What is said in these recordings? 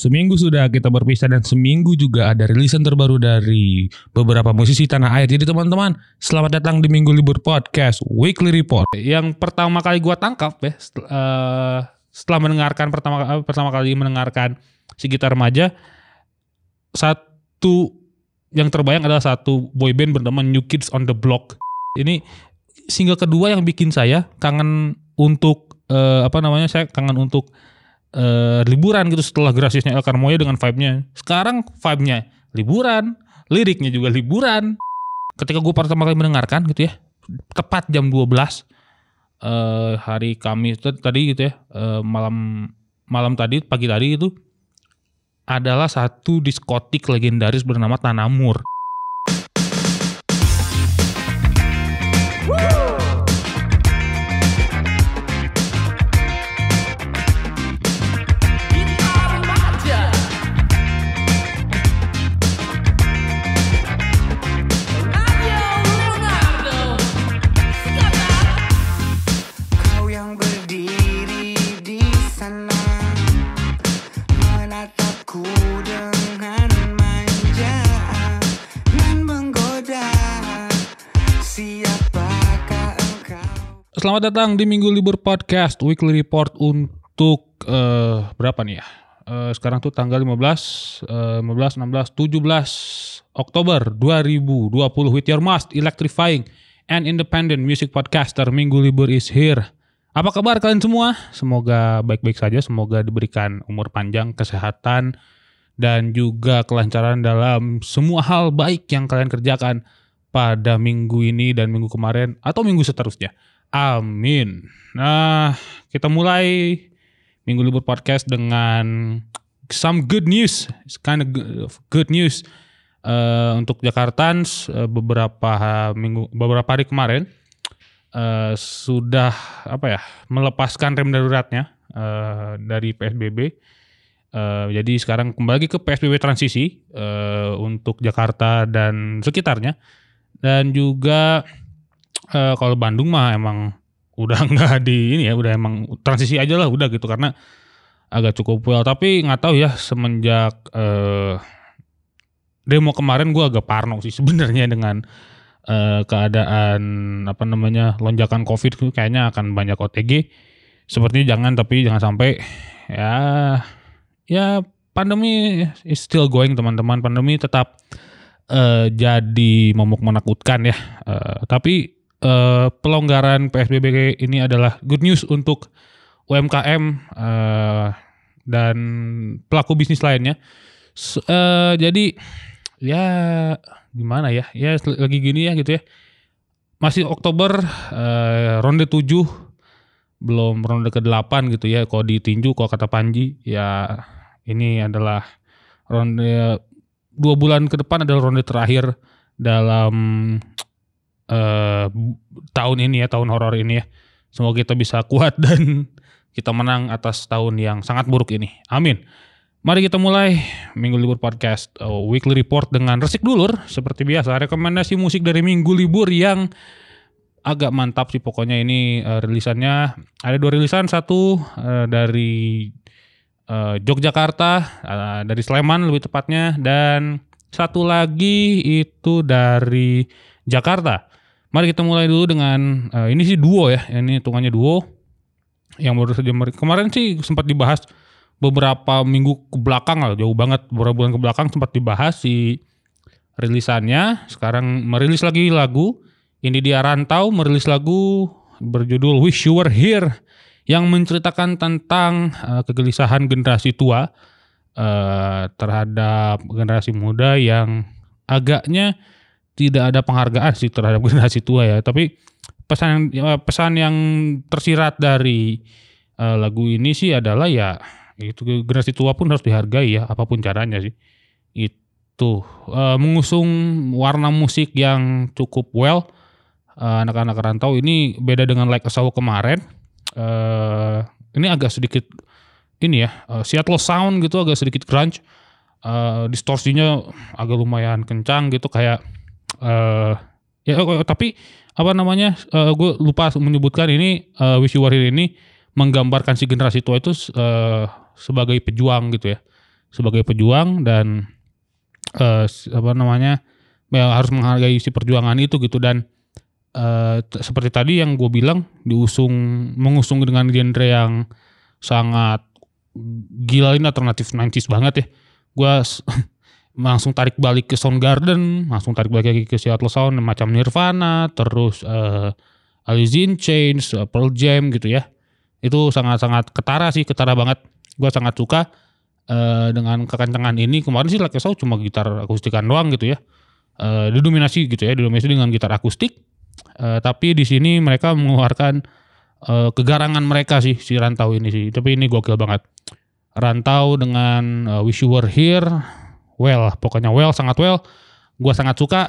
Seminggu sudah kita berpisah dan seminggu juga ada rilisan terbaru dari beberapa musisi tanah air. Jadi teman-teman, selamat datang di Minggu Libur Podcast Weekly Report. Yang pertama kali gua tangkap ya, setelah mendengarkan pertama kali mendengarkan Si Gitar Remaja, satu yang terbayang adalah satu boyband bernama New Kids on the Block. Ini single kedua yang bikin saya kangen untuk saya kangen untuk liburan gitu setelah Grasisnya El Carmoya dengan vibe-nya. Sekarang vibe-nya liburan, liriknya juga liburan. Ketika gue pertama kali mendengarkan gitu ya, tepat jam 12 hari Kamis tadi gitu ya, pagi tadi itu adalah satu diskotik legendaris bernama Tanamur. Selamat datang di Minggu Libur Podcast Weekly Report untuk berapa nih ya? Sekarang tuh tanggal 15, 16, 17 Oktober 2020 with your most electrifying and independent music podcaster. Minggu Libur is here. Apa kabar kalian semua? Semoga baik-baik saja, semoga diberikan umur panjang, kesehatan, dan juga kelancaran dalam semua hal baik yang kalian kerjakan pada minggu ini dan minggu kemarin atau minggu seterusnya. Amin. Nah, kita mulai Minggu Libur Podcast dengan some good news. It's kind of good news untuk Jakartans. Beberapa hari kemarin sudah melepaskan rem daruratnya dari PSBB. Jadi sekarang kembali ke PSBB transisi untuk Jakarta dan sekitarnya. Dan juga kalau Bandung mah emang udah nggak udah emang transisi aja lah udah gitu karena agak cukup well. Tapi nggak tahu ya, semenjak demo kemarin gue agak parno sih sebenarnya dengan keadaan lonjakan COVID, kayaknya akan banyak OTG. Sepertinya jangan sampai ya pandemi is still going teman-teman, pandemi tetap jadi momok menakutkan ya. Tapi pelonggaran PSBB ini adalah good news untuk UMKM dan pelaku bisnis lainnya. Jadi ya gimana ya lagi gini ya gitu ya. Masih Oktober, ronde 7, belum ronde ke-8 gitu ya. Kalau ditinju, kalau kata Panji ya ini adalah ronde 2 bulan ke depan adalah ronde terakhir dalam tahun ini ya, tahun horor ini ya. Semoga kita bisa kuat dan kita menang atas tahun yang sangat buruk ini. Amin. Mari kita mulai Minggu Libur Podcast Weekly Report dengan resik dulur. Seperti biasa, rekomendasi musik dari Minggu Libur yang agak mantap sih pokoknya ini rilisannya. Ada 2 rilisan, satu dari Yogyakarta, dari Sleman lebih tepatnya, dan satu lagi itu dari Jakarta. Mari kita mulai dulu dengan ini sih duo ya, ini hitungannya duo yang baru saja kemarin sih sempat dibahas beberapa minggu ke belakang lah, jauh banget, beberapa bulan ke belakang sempat dibahas si rilisannya. Sekarang merilis lagi lagu, ini dia Rantau merilis lagu berjudul Wish You Were Here yang menceritakan tentang kegelisahan generasi tua terhadap generasi muda yang agaknya tidak ada penghargaan sih terhadap generasi tua ya. Tapi pesan yang tersirat dari lagu ini sih adalah ya itu generasi tua pun harus dihargai ya, apapun caranya sih. Itu mengusung warna musik yang cukup well. Anak-anak Rantau ini beda dengan Like a Saw kemarin. Ini agak sedikit Seattle sound gitu, agak sedikit grunge. Distorsinya agak lumayan kencang gitu kayak tapi gue lupa menyebutkan ini Wish You Were Here ini menggambarkan si generasi tua itu sebagai pejuang gitu ya. sebagai pejuang dan harus menghargai si perjuangan itu gitu. Dan seperti tadi yang gue bilang, mengusung dengan genre yang sangat gila, ini alternatif 90s banget ya. Gue langsung tarik balik ke Soundgarden, langsung tarik balik lagi ke Seattle Sound macam Nirvana, terus Alice in Chains, Pearl Jam gitu ya. Itu sangat-sangat ketara banget. Gue sangat suka dengan kekencangan ini. Kemarin sih Like a Soul cuma gitar akustikan doang gitu ya. Didominasi dengan gitar akustik. Tapi di sini mereka mengeluarkan kegarangan mereka sih, si Rantau ini sih. Tapi ini gokil banget. Rantau dengan Wish You Were Here, sangat well. Gua sangat suka.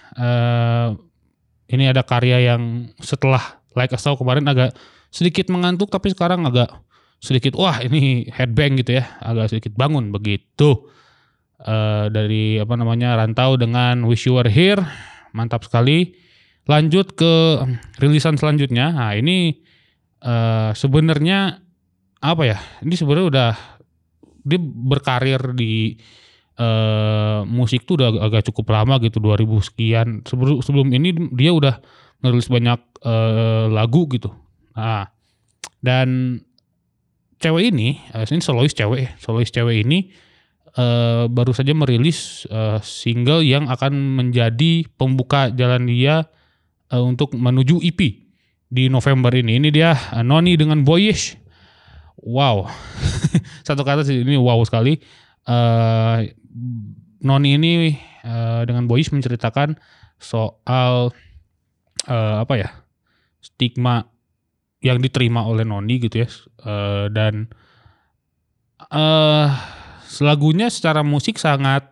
Ini ada karya yang setelah Like a Soul kemarin agak sedikit mengantuk, tapi sekarang agak sedikit ini headbang gitu ya, agak sedikit bangun begitu. Dari Rantau dengan Wish You Were Here, mantap sekali. Lanjut ke rilisan selanjutnya. Nah ini sebenarnya ini sebenarnya udah dia berkarir di musik tuh udah agak cukup lama gitu, 2000 sekian. Sebelum ini dia udah ngerilis banyak lagu gitu. Nah, dan cewek ini solois cewek ini baru saja merilis single yang akan menjadi pembuka jalan dia untuk menuju EP di November ini. Ini dia Noni dengan Boyish. Wow. Satu kata sih, ini wow sekali. Noni ini dengan Boyish menceritakan soal stigma yang diterima oleh Noni gitu ya. Dan lagunya secara musik sangat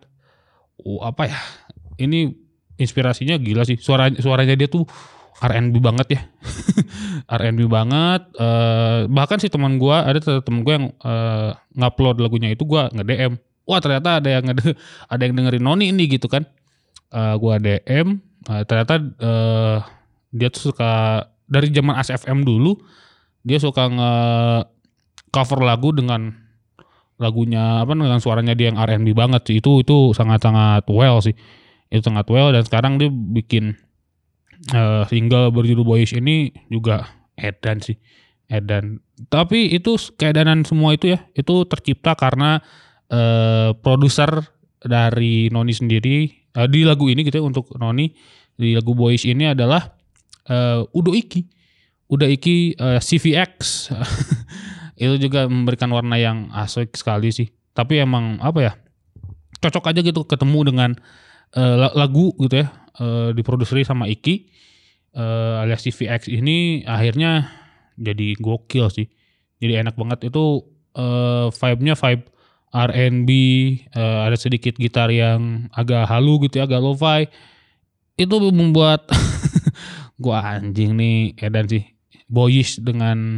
ini inspirasinya gila sih. Suaranya dia tuh R&B banget ya. R&B banget. Bahkan si teman gue, ada teman gue yang ngupload lagunya itu, gue nge-DM. Wah ternyata ada yang dengerin Noni ini gitu kan. Gue DM. Ternyata dia tuh suka dari zaman ASFM dulu. Dia suka nge-cover lagu dengan lagunya dengan suaranya dia yang R&B banget sih. Itu sangat-sangat well sih. Itu sangat well, dan sekarang dia bikin single berjudul Boyish ini juga edan. Tapi itu keedanan semua itu ya, itu tercipta karena produser dari Noni sendiri di lagu ini gitu ya, untuk Noni di lagu Boyish ini adalah Udo Iki CVX. Itu juga memberikan warna yang asik sekali sih. Tapi emang cocok aja gitu ketemu dengan lagu gitu ya, diproduseri sama Iki alias CVX ini, akhirnya jadi gokil sih. Jadi enak banget itu, vibe-nya vibe R&B, ada sedikit gitar yang agak halu gitu ya, agak lo-fi. Itu membuat gua anjing nih edan sih. Boyish dengan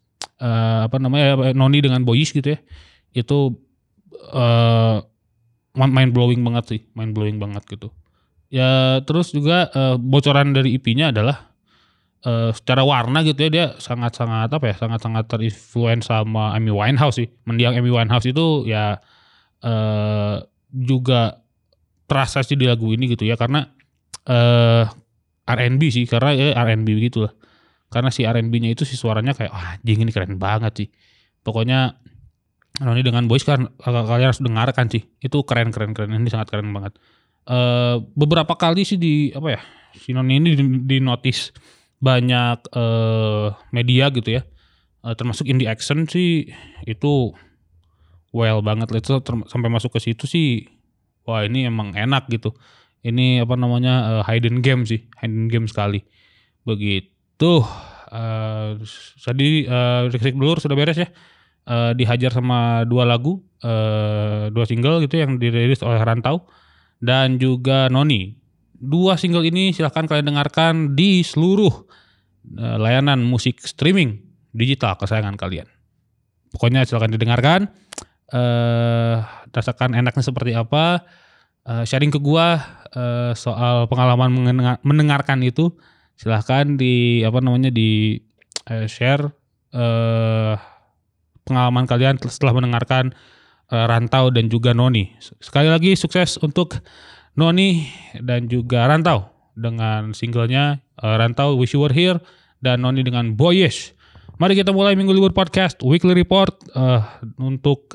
Noni dengan Boyish gitu ya. Itu mind blowing banget gitu. Ya terus juga bocoran dari EP-nya adalah secara warna gitu ya, dia sangat-sangat terinfluence sama Amy Winehouse sih. Mendiang Amy Winehouse itu ya juga terasa sih di lagu ini gitu ya, karena R&B sih, karena ya R&B gitu lah. Karena si R&B-nya itu si suaranya kayak anjing ini keren banget sih. Pokoknya Noni dengan Boyish kan kalian harus dengarkan sih. Itu keren. Ini sangat keren banget. Beberapa kali sih si Noni ini di notice banyak media gitu ya. Termasuk Indie Action sih itu well banget. Sampai masuk ke situ sih. Wah, ini emang enak gitu. Ini hidden game sekali. Begitu. Tadi Riksik Blur sudah beres ya. Dihajar sama 2 lagu, 2 single gitu yang dirilis oleh Rantau dan juga Noni. 2 single ini silahkan kalian dengarkan di seluruh layanan musik streaming digital kesayangan kalian. Pokoknya silahkan didengarkan, rasakan enaknya seperti apa. Sharing ke gua soal pengalaman mendengarkan itu, silahkan di share pengalaman kalian setelah mendengarkan Rantau dan juga Noni. Sekali lagi sukses untuk Noni dan juga Rantau dengan singlenya Rantau Wish You Were Here dan Noni dengan Boyish. Mari kita mulai Minggu Libur Podcast Weekly Report untuk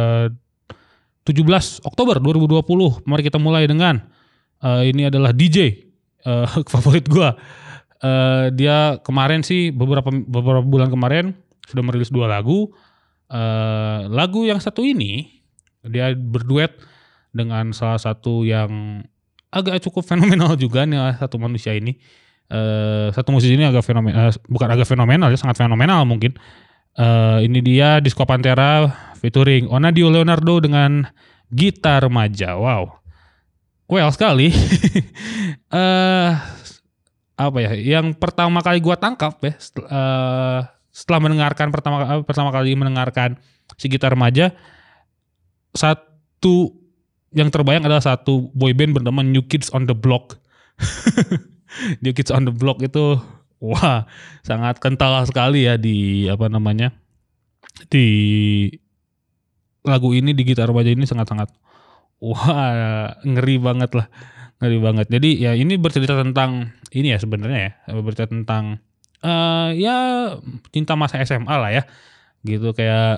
17 Oktober 2020. Mari kita mulai dengan ini adalah DJ favorit gua. Dia kemarin sih beberapa bulan kemarin sudah merilis 2 lagu. Lagu yang satu ini dia berduet dengan salah satu yang agak cukup fenomenal juga nih, satu manusia ini. Satu musisi ini agak fenomenal, bukan agak fenomenal ya, sangat fenomenal mungkin. Ini dia Disco Pantera featuring Onadio Leonardo dengan Gitar Remaja. Wow, well sekali. Apa ya? Yang pertama kali gua tangkap ya, setelah mendengarkan pertama kali mendengarkan si Gitar Remaja, satu yang terbayang adalah satu boyband bernama New Kids on the Block. New Kids on the Block itu wah sangat kental sekali ya di di lagu ini, di Gitar Remaja ini sangat-sangat wah ngeri banget lah, ngeri banget. Jadi ya ini bercerita tentang ini ya sebenarnya ya, bercerita tentang ya cinta masa SMA lah ya, gitu kayak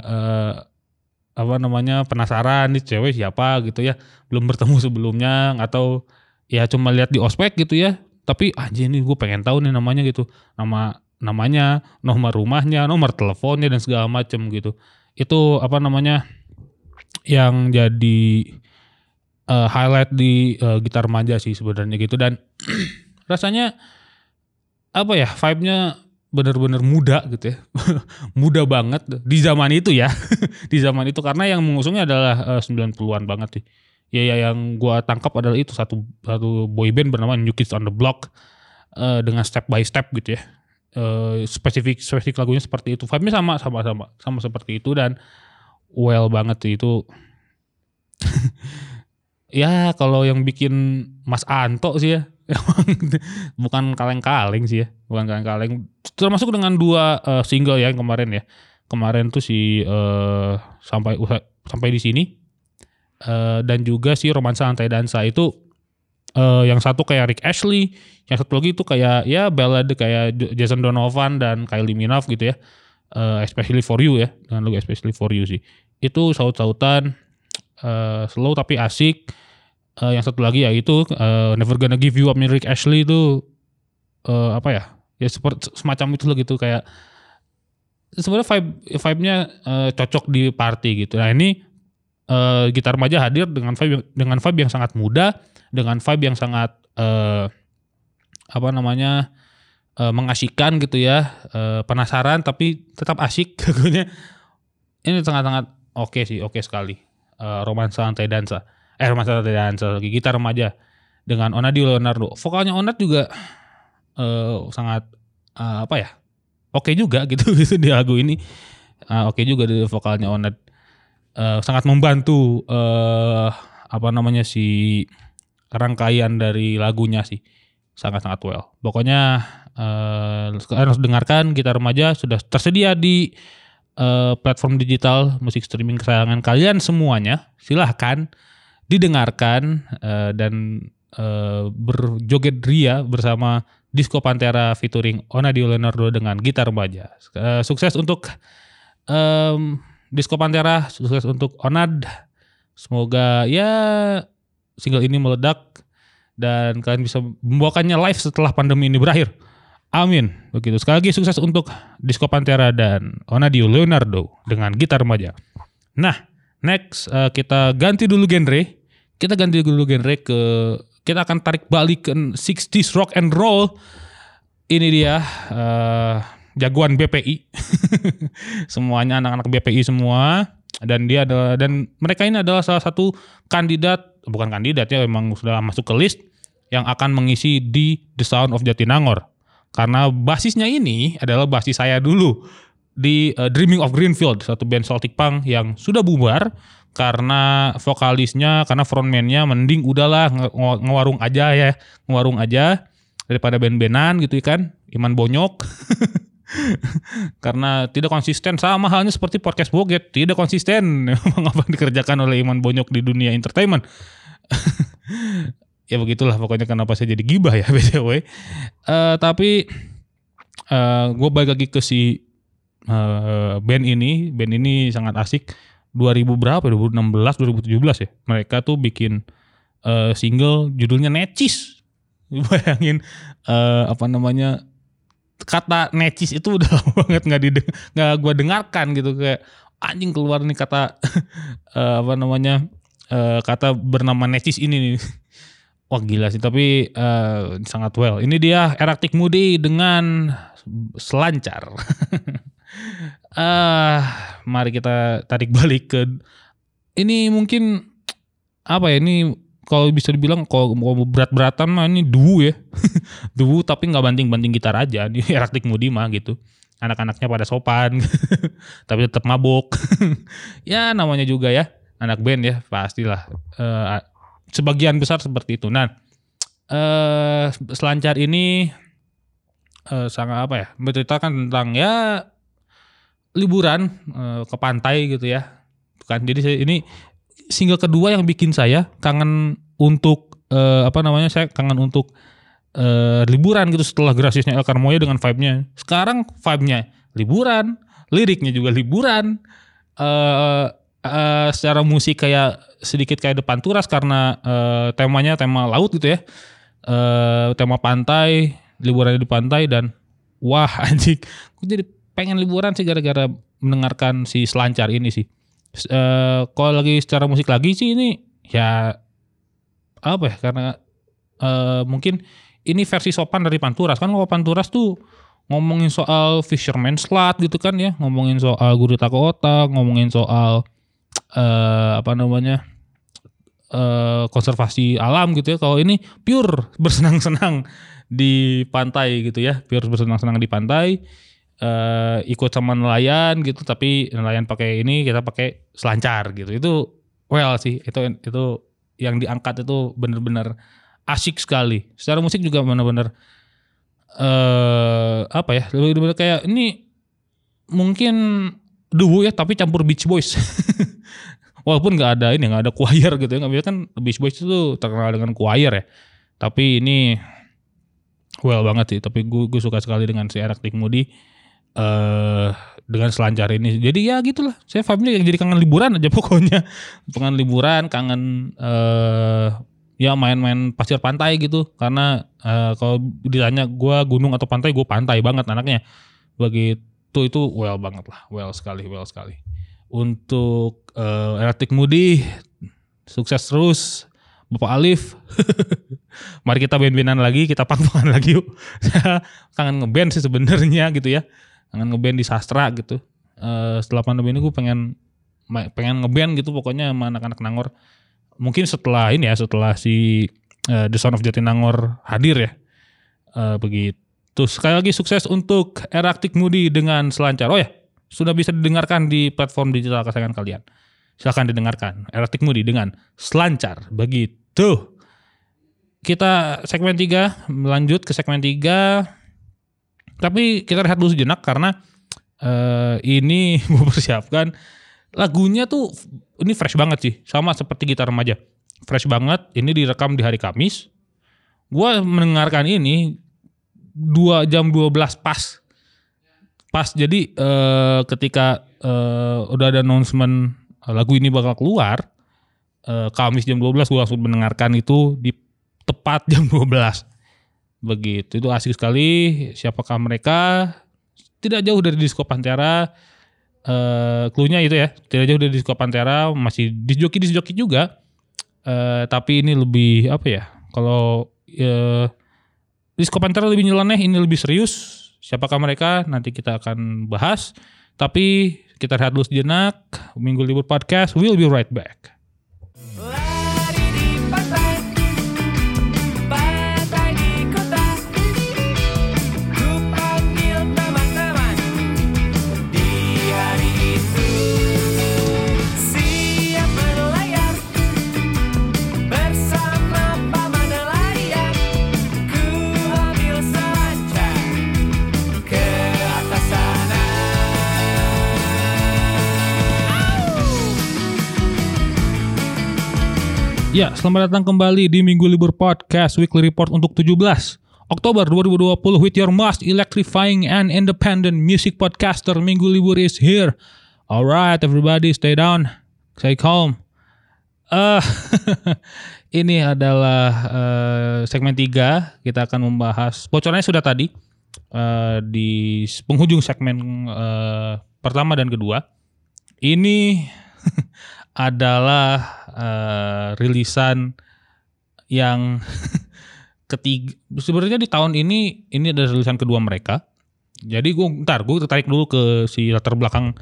penasaran nih cewek siapa gitu ya, belum bertemu sebelumnya atau ya cuma lihat di ospek gitu ya. Tapi anjir nih gue pengen tahu nih namanya gitu. Namanya, nomor rumahnya, nomor teleponnya dan segala macem gitu. Itu yang jadi highlight di Gitar Remaja sih sebenarnya gitu. Dan rasanya vibe-nya benar-benar muda gitu ya. Muda banget di zaman itu ya. Di zaman itu karena yang mengusungnya adalah 90-an banget sih. Ya yang gua tangkap adalah itu satu boyband bernama New Kids on the Block dengan step by step gitu ya. Spesifik lagunya seperti itu. Vibe-nya sama seperti itu dan well banget sih itu. Ya kalau yang bikin Mas Anto sih ya. Bukan kaleng-kaleng sih ya. Bukan kaleng-kaleng. Termasuk dengan 2 single ya yang kemarin ya. Kemarin tuh sampai di sini. Dan juga si Romansa Lantai Dansa itu yang satu kayak Rick Ashley, yang satu lagi itu kayak ya ballad kayak Jason Donovan dan Kylie Minogue gitu ya. Especially for You ya, dengan lagu Especially for You sih. Itu saut-sautan slow tapi asik. Yang satu lagi ya itu Never Gonna Give You Up Rick Ashley itu ya seperti semacam itu loh gitu, kayak sebenarnya vibe-nya cocok di party gitu. Nah ini Gitar Remaja hadir dengan vibe yang sangat muda, dengan vibe yang sangat mengasyikkan gitu ya, penasaran tapi tetap asyik lagunya. Ini sangat-sangat oke sekali. Romansa Lantai Dansa lagi Gitar Remaja dengan Onadio Leonardo. Vokalnya Onat juga sangat oke juga gitu di lagu ini. Oke juga di vokalnya Onat. Sangat membantu si rangkaian dari lagunya sih, sangat-sangat well. Pokoknya kalian harus dengarkan Gitar Remaja, sudah tersedia di platform digital musik streaming kesayangan kalian semuanya. Silahkan didengarkan dan berjoget ria bersama Disco Pantera featuring Onadio Leonardo dengan Gitar Remaja. Sukses untuk Disco Pantera, sukses untuk Onad. Semoga ya single ini meledak dan kalian bisa membawakannya live setelah pandemi ini berakhir. Amin. Begitu. Sekali lagi sukses untuk Disco Pantera dan Onadio Leonardo dengan Gitar Remaja. Nah, next kita ganti dulu genre. Kita akan tarik balik ke 60s rock and roll. Ini dia jagoan BPI. Semuanya anak-anak BPI semua, dan mereka ini adalah salah satu bukan kandidat ya, memang sudah masuk ke list yang akan mengisi di The Sound of Jatinangor. Karena basisnya ini adalah basis saya dulu di Dreaming of Greenfield, satu band Celtic Punk yang sudah bubar karena frontman-nya mending udahlah ngewarung aja daripada band-bandan gitu kan, Iman Bonyok. Karena tidak konsisten, sama halnya seperti podcast Boget, tidak konsisten memang apa yang dikerjakan oleh Iman Bonyok di dunia entertainment. Ya begitulah pokoknya, kenapa saya jadi gibah ya BTW. Tapi gue balik lagi ke si band ini sangat asik. 2000 berapa? 2016, 2017 ya. Mereka tuh bikin single judulnya Necis. Bayangin kata necis itu udah lama banget nggak gue dengarkan gitu, kayak anjing keluar nih kata kata bernama necis ini nih. Wah gila sih, tapi sangat well. Ini dia Erratic Moody dengan Selancar. Mari kita tarik balik ke ini, mungkin apa ya, ini kalau bisa dibilang kalau mau berat-beratan mah ini duo ya. Duo tapi gak banting-banting gitar aja. Di Erratic Moody mah gitu. Anak-anaknya pada sopan. Tapi tetap mabok. Ya namanya juga ya. Anak band ya pastilah. Sebagian besar seperti itu. Nah Selancar ini sangat apa ya, menceritakan tentang ya liburan ke pantai gitu ya. Kan jadi ini single kedua yang bikin saya kangen untuk saya kangen untuk liburan gitu setelah Graciousnya El Carmoya dengan vibe-nya. Sekarang vibe-nya liburan, liriknya juga liburan. Secara musik kayak sedikit kayak Depan Turas karena temanya tema laut gitu ya. Tema pantai, liburan di pantai, dan wah anjing, gue jadi pengen liburan sih gara-gara mendengarkan si Selancar ini sih. Kalau lagi secara musik lagi sih ini ya apa ya, karena mungkin ini versi sopan dari Panturas. Kan kalau Panturas tuh ngomongin soal fisherman slut gitu kan ya, ngomongin soal gurita ke otak, ngomongin soal konservasi alam gitu ya. Kalau ini pure bersenang-senang di pantai gitu ya, pure bersenang-senang di pantai. Ikut sama nelayan gitu, tapi nelayan pakai ini, kita pakai Selancar gitu. Itu well sih, itu yang diangkat itu benar-benar asik sekali. Secara musik juga benar-benar lebih kayak ini mungkin duo ya, tapi campur Beach Boys. Walaupun nggak ada choir gitu ya, nggak bisa kan. Beach Boys itu terkenal dengan choir ya, tapi ini well banget sih. Tapi gue suka sekali dengan si Erratic Moody dengan Selancar ini. Jadi ya gitulah, saya family yang jadi kangen liburan aja pokoknya. Kangen liburan, kangen ya main-main pasir pantai gitu. Karena kalau ditanya gue gunung atau pantai, gue pantai banget anaknya. Begitu, itu well banget lah, well sekali. Untuk Erratic Moody, sukses terus Bapak Alif. Mari kita band-bandan lagi, kita pang-pangan lagi yuk. Kangen ngeband sih sebenarnya gitu ya. Kangen ngeband di sastra gitu. Setelah pandemi ini gue pengen ngeband gitu pokoknya sama anak-anak Nangor. Mungkin setelah si The Son of Jatinangor hadir ya. Begitu. Sekali lagi sukses untuk Erratic Moody dengan Selancar. Oh ya, sudah bisa didengarkan di platform digital kesayangan kalian. Silakan didengarkan Erratic Moody dengan Selancar. Begitu. Kita segmen 3, melanjut ke segmen 3. Tapi kita rehat dulu sejenak karena ini gue persiapkan lagunya tuh ini fresh banget sih, sama seperti Gitar Remaja. Fresh banget, ini direkam di hari Kamis. Gue mendengarkan ini 2:12 pas. Jadi ketika udah ada announcement lagu ini bakal keluar, Kamis jam 12 gue langsung mendengarkan itu di tepat jam 12. Begitu, itu asik sekali. Siapakah mereka? Tidak jauh dari Disco Pantera. Cluenya itu ya, tidak jauh dari Disco Pantera, masih disjoki juga. Tapi ini lebih apa ya? Kalau Disco Pantera lebih nyeleneh, ini lebih serius. Siapakah mereka? Nanti kita akan bahas. Tapi kita rehat dulu sejenak. Minggu Libur Podcast, we'll be right back. Ke atas Ya, selamat datang kembali di Minggu Libur Podcast Weekly Report untuk 17 Oktober 2020 with your most electrifying and independent music podcaster. Minggu Libur is here. Alright everybody, stay down, stay calm. Ini adalah segmen 3. Kita akan membahas, bocorannya sudah tadi di penghujung segmen pertama dan kedua. Ini adalah rilisan yang ketiga. Sebenarnya di tahun ini adalah rilisan kedua mereka. Jadi gue tertarik dulu ke si latar belakang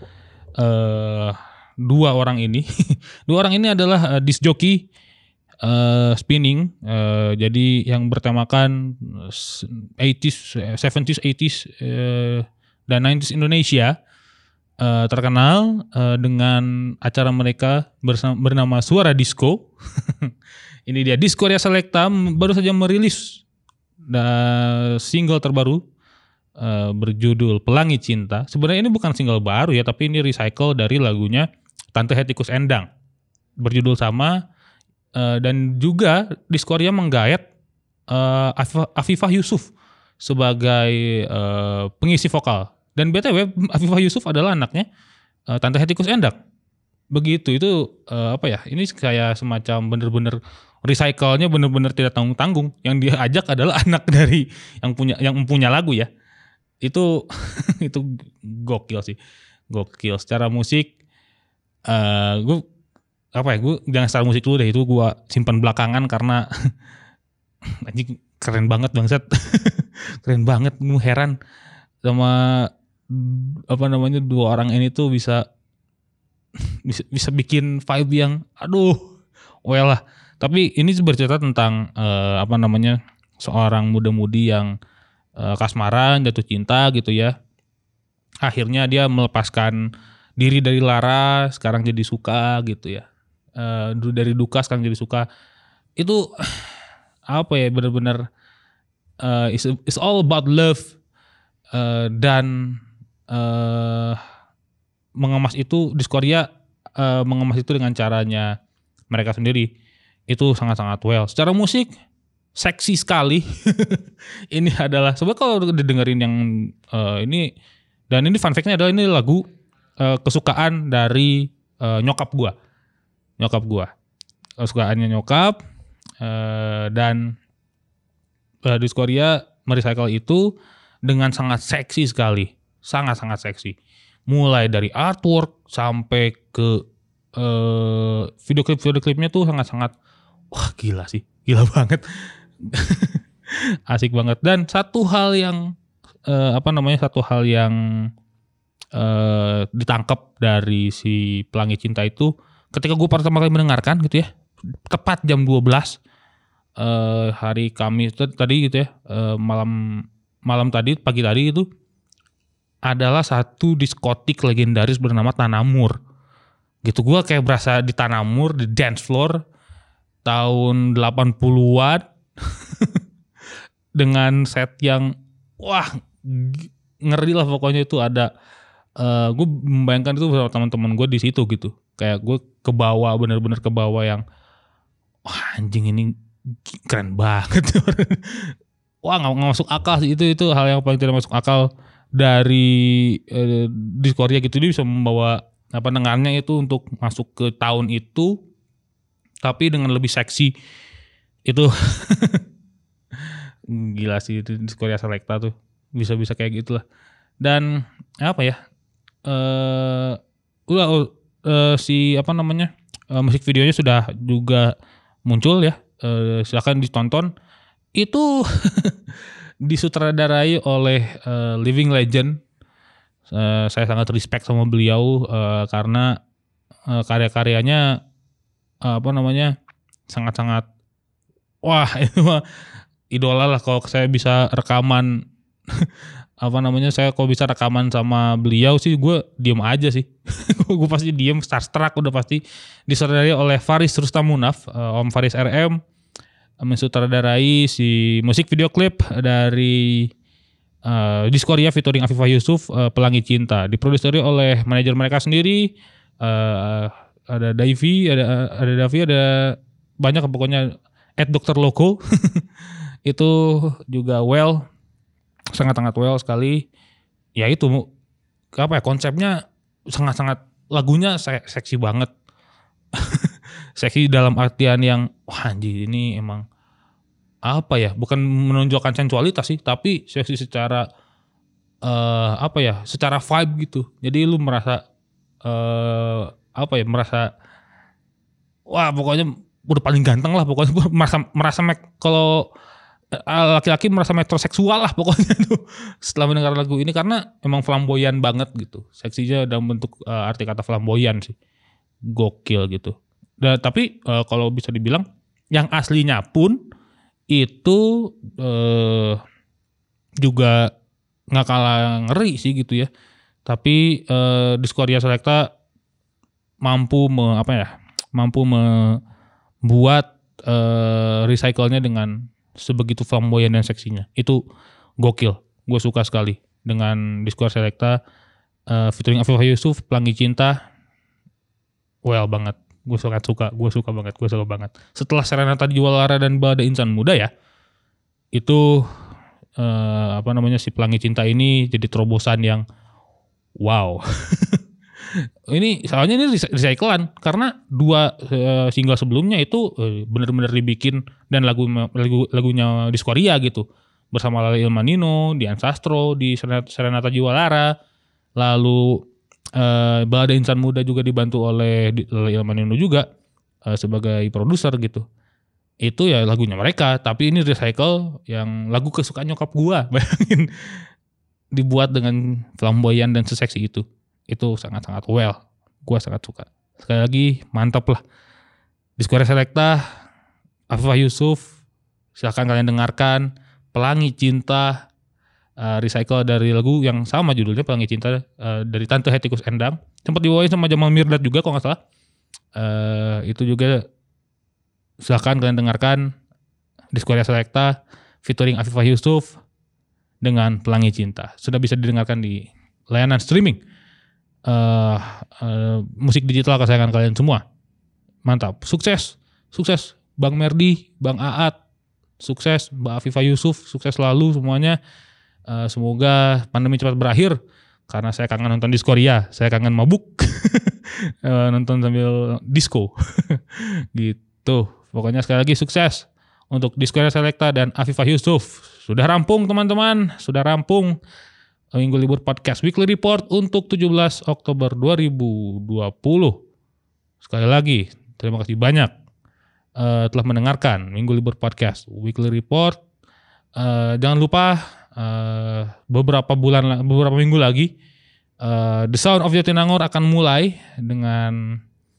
dua orang ini. Dua orang ini adalah disc jockey spinning. Jadi yang bertemakan 80s, 70s, 80s dan 90s Indonesia. Terkenal dengan acara mereka bernama Suara Disco. Ini dia Diskoria Selecta baru saja merilis single terbaru berjudul Pelangi Cinta. Sebenarnya ini bukan single baru ya, tapi ini recycle dari lagunya Tante Hetty Koes Endang berjudul sama, dan juga Diskoria menggayat Afifah Yusuf sebagai pengisi vokal. Dan BTW Afifah Yusuf adalah anaknya Tante Hetty Koes Endang. Begitu itu ini kayak semacam bener-bener recycle-nya bener-bener tidak tanggung-tanggung. Yang dia ajak adalah anak dari yang punya lagu ya. Itu itu gokil sih. Gokil secara musik. Gue jangan secara musik dulu deh, itu gue simpan belakangan karena anjing keren banget bangsat. Keren banget, gue heran sama dua orang ini tuh bisa bikin vibe yang lah. Tapi ini bercerita tentang seorang muda-mudi yang kasmaran, jatuh cinta gitu ya. Akhirnya dia melepaskan diri dari lara, sekarang jadi suka gitu ya. Dari duka sekarang jadi suka. Itu benar-benar it's all about love. Dan mengemas itu Diskoria mengemas itu dengan caranya mereka sendiri. Itu sangat-sangat well. Secara musik seksi sekali. Ini adalah sebenarnya kalau didengerin yang ini, dan ini fun fact-nya adalah ini lagu kesukaan dari nyokap gua. Kesukaannya nyokap, dan Diskoria merecycle itu dengan sangat seksi sekali. Sangat-sangat seksi. Mulai dari artwork sampai ke video klipnya tuh sangat-sangat gila sih. Gila banget. Asik banget. Dan satu hal yang ditangkap dari si Pelangi Cinta itu ketika gue pertama kali mendengarkan gitu ya. Tepat jam 12 hari Kamis tadi gitu ya. Pagi tadi itu adalah satu diskotik legendaris bernama Tanamur. Gitu, gue kayak berasa di Tanamur, di dance floor tahun 80-an dengan set yang ngeri lah pokoknya. Itu ada gue membayangkan itu bersama teman-teman gue di situ gitu. Kayak gue kebawa, bener-bener kebawa yang anjing ini keren banget. Nggak masuk akal sih, itu hal yang paling tidak masuk akal dari Diskoria gitu. Dia bisa membawa pendengarnya itu untuk masuk ke tahun itu tapi dengan lebih seksi. Itu gila sih, itu Diskoria Selecta tuh bisa kayak gitulah. Dan musik videonya sudah juga muncul ya. Silakan ditonton. Itu disutradarai oleh living legend. Saya sangat respect sama beliau karena karya-karyanya sangat-sangat itu mah idola lah. Kalau saya bisa rekaman saya kalau bisa rekaman sama beliau sih gue diem aja sih. Gue pasti diem, starstruck udah pasti. Disutradarai oleh Faris Rustamunaf, Om Faris RM, mensutradarai si musik video klip dari Diskoria featuring Afifah Yusuf, Pelangi Cinta. Diproduksi oleh manajer mereka sendiri, ada Davi, ada banyak pokoknya @Dr. Loco itu juga well, sangat-sangat well sekali. Ya itu apa ya, konsepnya sangat-sangat, lagunya seksi banget. Seksi dalam artian yang wah anjir ini emang apa ya, bukan menonjolkan sensualitas sih, tapi seksi secara apa ya, secara vibe gitu. Jadi lu merasa apa ya, merasa wah pokoknya udah paling ganteng lah pokoknya. merasa kalau laki-laki merasa metroseksual lah pokoknya tuh setelah mendengar lagu ini, karena emang flamboyan banget gitu. Seksinya dalam bentuk arti kata flamboyan sih. Gokil gitu. Dan tapi kalau bisa dibilang yang aslinya pun itu juga nggak kalah ngeri sih gitu ya. Tapi Discoria Selecta mampu membuat recycle-nya dengan sebegitu flamboyan dan seksinya. Itu gokil. Gue suka sekali dengan Discoria Selecta featuring Afifah Yusuf, Pelangi Cinta. Well banget. Gue suka banget. Setelah Serenata Jualara dan Balada Insan Muda ya, itu si Pelangi Cinta ini jadi terobosan yang wow. Ini soalnya ini recyclean, karena 2 single sebelumnya itu benar-benar dibikin dan lagunya Discoria gitu, bersama Lale Ilmanino, Dian Sastro di Serenata Jualara, lalu Balada Insan Muda juga dibantu oleh Lale Ilmanino juga sebagai produser gitu. Itu ya lagunya mereka, tapi ini recycle yang lagu kesukaan nyokap gua. Bayangin, dibuat dengan flamboyan dan seseksi itu. Itu sangat-sangat well. Gua sangat suka. Sekali lagi mantap lah. Discoria Selecta, Afifah Yusuf, silahkan kalian dengarkan. Pelangi Cinta, recycle dari lagu yang sama judulnya, Pelangi Cinta, dari Tante Hetikus Endang. Sempat dibawain sama Jamal Mirdad juga kalau gak salah. Itu juga silahkan kalian dengarkan. Discoria Selecta featuring Afifah Yusuf dengan Pelangi Cinta. Sudah bisa didengarkan di layanan streaming musik digital kesayangan kalian semua. Mantap, sukses Bang Merdi, Bang Aat, sukses Mbak Afifah Yusuf, sukses selalu semuanya. Semoga pandemi cepat berakhir, karena saya kangen nonton Discoria, saya kangen mabuk nonton sambil disco gitu. Pokoknya sekali lagi sukses untuk Discoria Selecta dan Afifah Yusuf. Sudah rampung teman-teman, sudah rampung Minggu Libur Podcast Weekly Report untuk 17 Oktober 2020. Sekali lagi, terima kasih banyak telah mendengarkan Minggu Libur Podcast Weekly Report. Jangan lupa beberapa minggu lagi The Sound of Jatinangor akan mulai dengan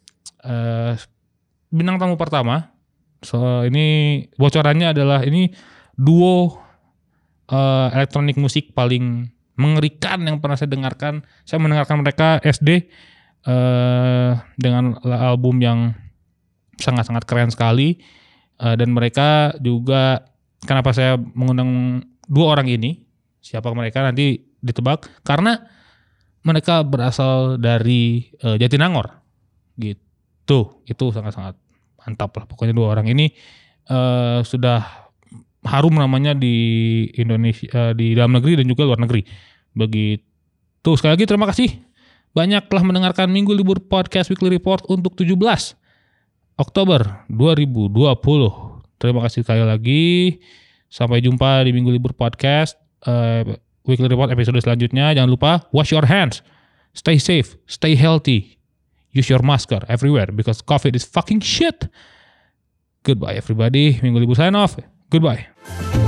bintang tamu pertama. So ini bocorannya adalah ini duo elektronik musik paling mengerikan yang pernah saya dengarkan. Saya mendengarkan mereka SD dengan album yang sangat-sangat keren sekali. Dan mereka juga, kenapa saya mengundang 2 orang ini, siapa mereka nanti ditebak, karena mereka berasal dari Jatinangor gitu. Itu sangat-sangat mantap lah. Pokoknya 2 orang ini sudah harum namanya di Indonesia, di dalam negeri dan juga luar negeri. Begitu. Sekali lagi terima kasih banyak telah mendengarkan Minggu Libur Podcast Weekly Report untuk 17 Oktober 2020. Terima kasih sekali lagi. Sampai jumpa di Minggu Libur Podcast Weekly Report episode selanjutnya. Jangan lupa wash your hands, stay safe, stay healthy, use your masker everywhere because COVID is fucking shit. Goodbye everybody. Minggu Libur sign off. Goodbye.